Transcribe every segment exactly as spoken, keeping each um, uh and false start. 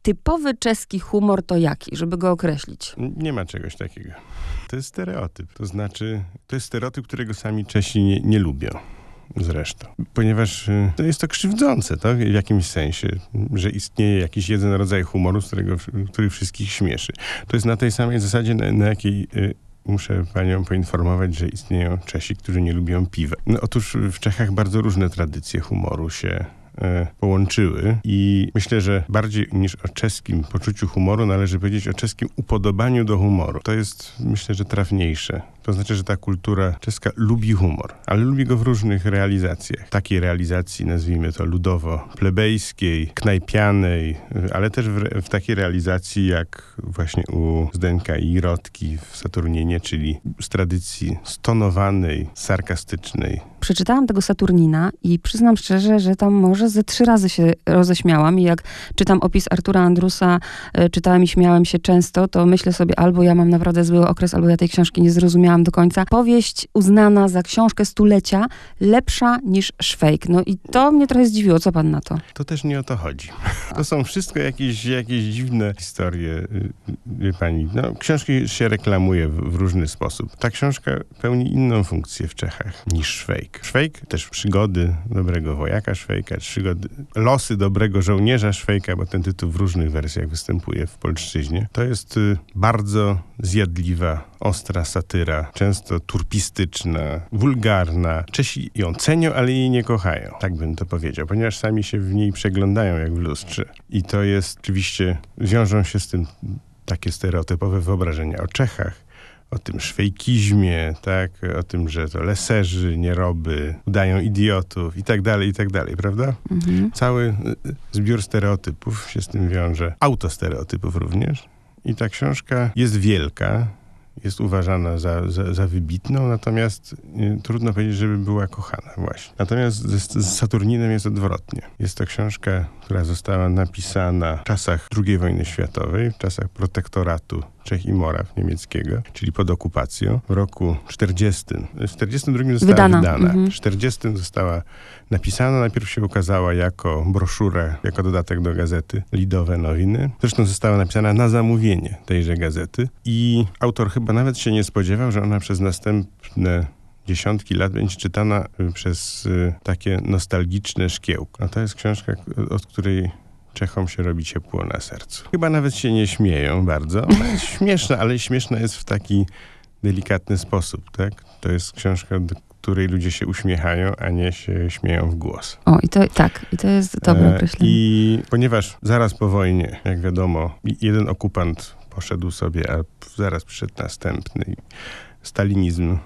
typowy czeski humor to jaki, żeby go określić? Nie ma czegoś takiego. To jest stereotyp. To znaczy, to jest stereotyp, którego sami Czesi nie, nie lubią. Zresztą. Ponieważ y, to jest to krzywdzące, to w jakimś sensie, że istnieje jakiś jeden rodzaj humoru, z którego, który wszystkich śmieszy. To jest na tej samej zasadzie, na, na jakiej y, muszę panią poinformować, że istnieją Czesi, którzy nie lubią piwa. No, otóż w Czechach bardzo różne tradycje humoru się połączyły i myślę, że bardziej niż o czeskim poczuciu humoru należy powiedzieć o czeskim upodobaniu do humoru. To jest, myślę, że trafniejsze. To znaczy, że ta kultura czeska lubi humor, ale lubi go w różnych realizacjach. Takiej realizacji, nazwijmy to ludowo-plebejskiej, knajpianej, ale też w, w takiej realizacji jak właśnie u Zdenka i Rotki w Saturninie, czyli z tradycji stonowanej, sarkastycznej. Przeczytałam tego Saturnina i przyznam szczerze, że tam może ze trzy razy się roześmiałam i jak czytam opis Artura Andrusa, e, czytałem i śmiałem się często, to myślę sobie, albo ja mam naprawdę zły okres, albo ja tej książki nie zrozumiałam do końca. Powieść uznana za książkę stulecia, lepsza niż Szwejk. No i to mnie trochę zdziwiło. Co pan na to? To też nie o to chodzi. To są wszystko jakieś, jakieś dziwne historie, wie pani. No, książki się reklamuje w, w różny sposób. Ta książka pełni inną funkcję w Czechach niż Szwejk. Szwejk, też przygody dobrego wojaka Szwejka, przygody, losy dobrego żołnierza Szwejka, bo ten tytuł w różnych wersjach występuje w polszczyźnie. To jest y, bardzo zjadliwa, ostra satyra, często turpistyczna, wulgarna. Czesi ją cenią, ale jej nie kochają. Tak bym to powiedział, ponieważ sami się w niej przeglądają jak w lustrze. I to jest, oczywiście, wiążą się z tym takie stereotypowe wyobrażenia o Czechach, o tym szwejkizmie, tak, o tym, że to leserzy, nieroby, udają idiotów i tak dalej, i tak dalej, prawda? Mhm. Cały zbiór stereotypów się z tym wiąże, autostereotypów również. I ta książka jest wielka, jest uważana za, za, za wybitną, natomiast y, trudno powiedzieć, żeby była kochana właśnie. Natomiast z, z Saturninem jest odwrotnie. Jest to książka, która została napisana w czasach drugiej wojny światowej, w czasach protektoratu Czech i Moraw niemieckiego, czyli pod okupacją. W roku czterdziestym. W czterdziestym drugim została wydana. wydana. Mhm. W czterdziestym została napisana. Najpierw się ukazała jako broszura, jako dodatek do gazety Lidowe Nowiny. Zresztą została napisana na zamówienie tejże gazety i autor chyba nawet się nie spodziewał, że ona przez następne dziesiątki lat będzie czytana przez y, takie nostalgiczne szkiełko. A to jest książka, od której Czechom się robi ciepło na sercu. Chyba nawet się nie śmieją bardzo. Ona jest śmieszna, ale śmieszna jest w taki delikatny sposób, tak? To jest książka, do której ludzie się uśmiechają, a nie się śmieją w głos. O, i to tak, i to jest dobre określenie. I ponieważ zaraz po wojnie, jak wiadomo, jeden okupant poszedł sobie, a zaraz przyszedł następny. Stalinizm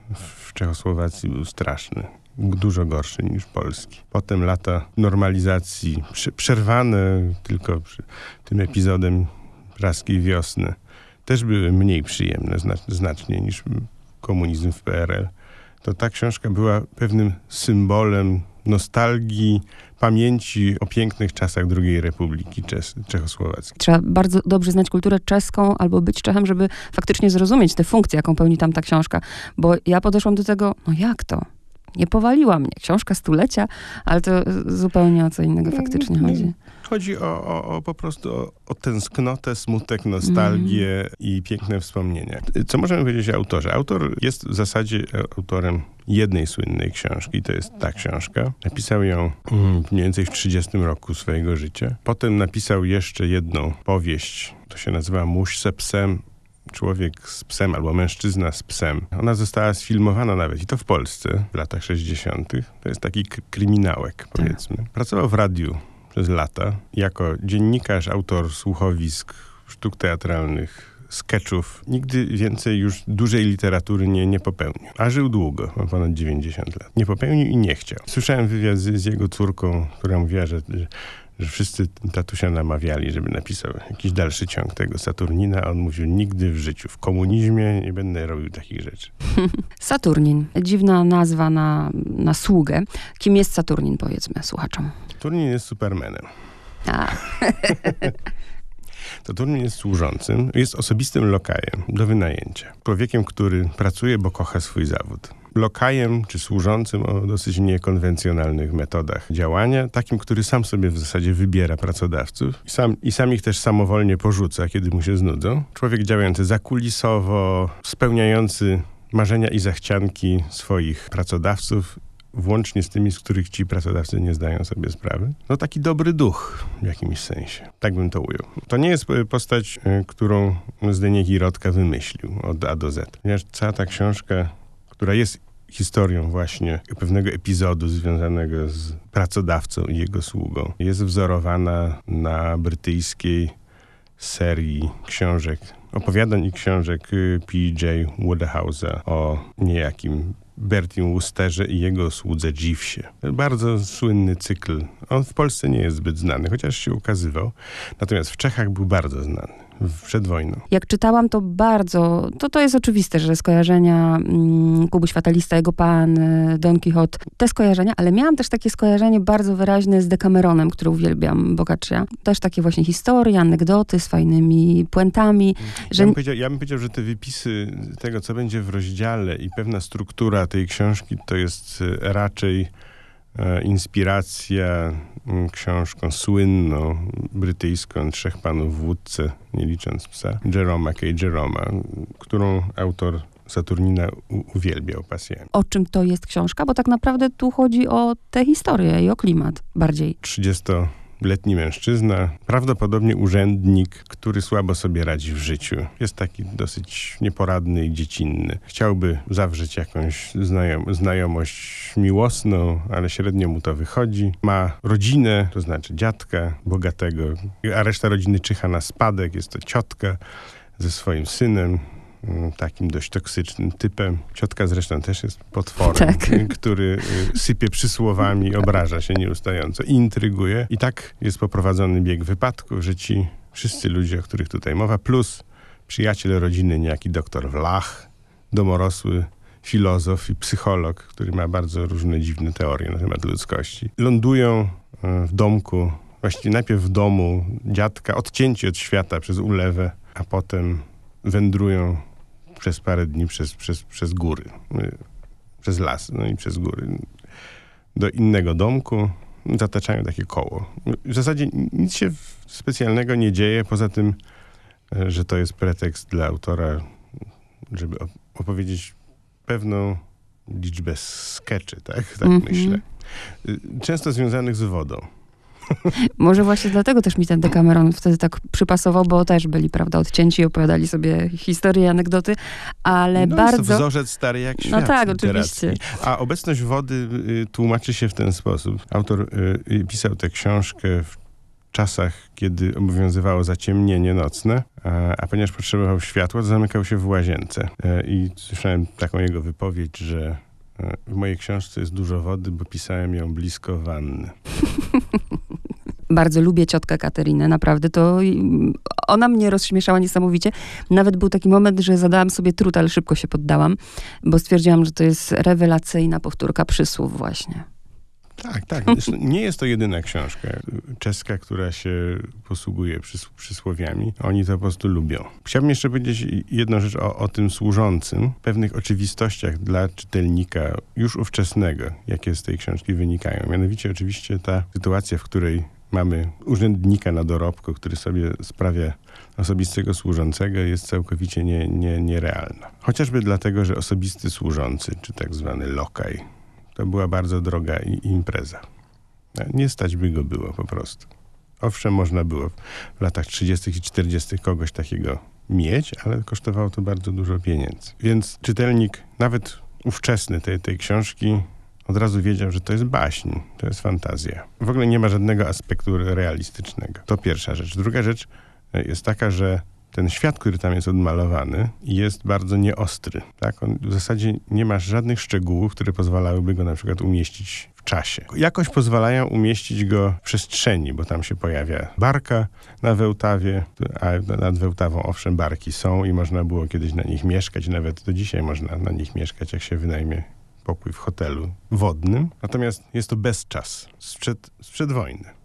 w Czechosłowacji był straszny. Dużo gorszy niż polski. Potem lata normalizacji, przerwane tylko tym epizodem praskiej wiosny, też były mniej przyjemne znacznie niż komunizm w P R L. To ta książka była pewnym symbolem nostalgii, pamięci o pięknych czasach drugiej Republiki Czes- Czechosłowackiej. Trzeba bardzo dobrze znać kulturę czeską albo być Czechem, żeby faktycznie zrozumieć tę funkcję, jaką pełni tam ta książka. Bo ja podeszłam do tego, no jak to? Nie powaliła mnie. Książka stulecia, ale to zupełnie o co innego faktycznie chodzi. Chodzi o, o, o po prostu o, o tęsknotę, smutek, nostalgię mm. i piękne wspomnienia. Co możemy powiedzieć o autorze? Autor jest w zasadzie autorem jednej słynnej książki. To jest ta książka. Napisał ją mm, mniej więcej w trzydziestym roku swojego życia. Potem napisał jeszcze jedną powieść. To się nazywa Muž se psem. Człowiek z psem albo mężczyzna z psem. Ona została sfilmowana nawet i to w Polsce w latach sześćdziesiątych. To jest taki k- kryminałek, powiedzmy. Pracował w radiu przez lata jako dziennikarz, autor słuchowisk, sztuk teatralnych, skeczów. Nigdy więcej już dużej literatury nie, nie popełnił. A żył długo, ma ponad dziewięćdziesiąt lat. Nie popełnił i nie chciał. Słyszałem wywiad z, z jego córką, która mówiła, że, że że wszyscy tatusia namawiali, żeby napisał jakiś dalszy ciąg tego Saturnina, a on mówił, nigdy w życiu, w komunizmie nie będę robił takich rzeczy. Saturnin. Dziwna nazwa na, na sługę. Kim jest Saturnin, powiedzmy słuchaczom? Saturnin jest Supermanem. A. Saturnin jest służącym, jest osobistym lokajem do wynajęcia. Człowiekiem, który pracuje, bo kocha swój zawód. lokajem czy służącym o dosyć niekonwencjonalnych metodach działania, takim, który sam sobie w zasadzie wybiera pracodawców i sam, i sam ich też samowolnie porzuca, kiedy mu się znudzą. Człowiek działający zakulisowo, spełniający marzenia i zachcianki swoich pracodawców, włącznie z tymi, z których ci pracodawcy nie zdają sobie sprawy. No taki dobry duch w jakimś sensie. Tak bym to ujął. To nie jest postać, którą Zdeněk Jirotka wymyślił od A do Z. Ponieważ cała ta książka, która jest historią właśnie pewnego epizodu związanego z pracodawcą i jego sługą, jest wzorowana na brytyjskiej serii książek, opowiadań i książek P J Wodehouse'a o niejakim Bertim Woosterze i jego słudze Jeevesie. Bardzo słynny cykl. On w Polsce nie jest zbyt znany, chociaż się ukazywał. Natomiast w Czechach był bardzo znany. Przed wojną. Jak czytałam, to bardzo, to to jest oczywiste, że skojarzenia mm, Kubuś Fatalista, jego pan, Don Quixote, te skojarzenia, ale miałam też takie skojarzenie bardzo wyraźne z Decameronem, który uwielbiam, Boccaccia. Też takie właśnie historie, anegdoty z fajnymi puentami. Że... Ja, bym powiedział, ja bym powiedział, że te wypisy tego, co będzie w rozdziale i pewna struktura tej książki, to jest raczej e, inspiracja książką słynną, brytyjską, Trzech panów w łódce, nie licząc psa, Jeroma K. Jeroma, którą autor Saturnina u- uwielbiał pasjami. O czym to jest książka? Bo tak naprawdę tu chodzi o tę historię i o klimat bardziej. trzydziestoletni mężczyzna, prawdopodobnie urzędnik, który słabo sobie radzi w życiu. Jest taki dosyć nieporadny i dziecinny. Chciałby zawrzeć jakąś znajom- znajomość miłosną, ale średnio mu to wychodzi. Ma rodzinę, to znaczy dziadka bogatego, a reszta rodziny czyha na spadek. Jest to ciotka ze swoim synem, takim dość toksycznym typem. Ciotka zresztą też jest potworem, Tak. który sypie przysłowami, obraża się nieustająco i intryguje. I tak jest poprowadzony bieg wypadków, że ci wszyscy ludzie, o których tutaj mowa, plus przyjaciel rodziny, niejaki doktor Vlach, domorosły filozof i psycholog, który ma bardzo różne dziwne teorie na temat ludzkości, lądują w domku, właściwie najpierw w domu dziadka, odcięci od świata przez ulewę, a potem wędrują przez parę dni przez, przez, przez góry, przez las, no i przez góry, do innego domku, zataczają takie koło. W zasadzie nic się specjalnego nie dzieje, poza tym, że to jest pretekst dla autora, żeby opowiedzieć pewną liczbę skeczy, tak? Tak mm-hmm. myślę. Często związanych z wodą. Może właśnie dlatego też mi ten Decameron wtedy tak przypasował, bo też byli, prawda, odcięci i opowiadali sobie historie, anegdoty, ale no bardzo... jest to wzorzec stary jak świat. No tak, literacki. oczywiście. A obecność wody y, tłumaczy się w ten sposób. Autor y, pisał tę książkę w czasach, kiedy obowiązywało zaciemnienie nocne, a, a ponieważ potrzebował światła, to zamykał się w łazience. Y, I słyszałem taką jego wypowiedź, że y, w mojej książce jest dużo wody, bo pisałem ją blisko wanny. Bardzo lubię ciotkę Katerinę, naprawdę. To ona mnie rozśmieszała niesamowicie. Nawet był taki moment, że zadałam sobie trud, ale szybko się poddałam, bo stwierdziłam, że to jest rewelacyjna powtórka przysłów właśnie. Tak, tak. Nie jest to jedyna książka czeska, która się posługuje przys- przysłowiami. Oni to po prostu lubią. Chciałbym jeszcze powiedzieć jedną rzecz o, o tym służącym, pewnych oczywistościach dla czytelnika już ówczesnego, jakie z tej książki wynikają. Mianowicie oczywiście ta sytuacja, w której mamy urzędnika na dorobku, który sobie sprawia osobistego służącego, jest całkowicie nie, nie, nierealna. Chociażby dlatego, że osobisty służący, czy tak zwany lokaj, to była bardzo droga i, impreza. Nie stać by go było po prostu. Owszem, można było w latach trzydziestych i czterdziestych kogoś takiego mieć, ale kosztowało to bardzo dużo pieniędzy. Więc czytelnik, nawet ówczesny tej, tej książki, od razu wiedział, że to jest baśń, to jest fantazja. W ogóle nie ma żadnego aspektu realistycznego. To pierwsza rzecz. Druga rzecz jest taka, że ten świat, który tam jest odmalowany, jest bardzo nieostry. Tak? On w zasadzie nie ma żadnych szczegółów, które pozwalałyby go na przykład umieścić w czasie. Jakoś pozwalają umieścić go w przestrzeni, bo tam się pojawia barka na Wełtawie, a nad Wełtawą owszem barki są i można było kiedyś na nich mieszkać, nawet do dzisiaj można na nich mieszkać, jak się wynajmie pokój w hotelu wodnym. Natomiast jest to bezczas, sprzed, sprzed wojny.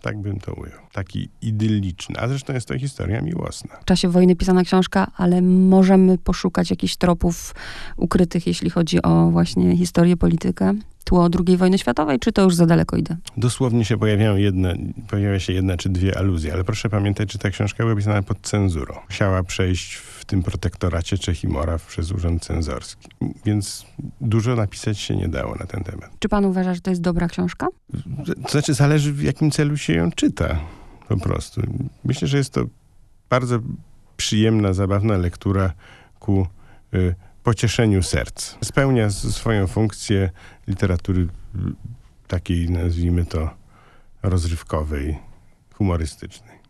Tak bym to ujął. Taki idylliczny. A zresztą jest to historia miłosna. W czasie wojny pisana książka, ale możemy poszukać jakichś tropów ukrytych, jeśli chodzi o właśnie historię, politykę, tło drugiej wojny światowej, czy to już za daleko idę? Dosłownie się pojawiają jedne, pojawia się jedna czy dwie aluzje, ale proszę pamiętać, że ta książka była pisana pod cenzurą. Musiała przejść w tym protektoracie Czech i Moraw przez urząd cenzorski. Więc dużo napisać się nie dało na ten temat. Czy pan uważa, że to jest dobra książka? To znaczy, zależy w jakim celu się ją czyta. Po prostu. Myślę, że jest to bardzo przyjemna, zabawna lektura ku y, pocieszeniu serc. Spełnia swoją funkcję literatury takiej, nazwijmy to, rozrywkowej, humorystycznej.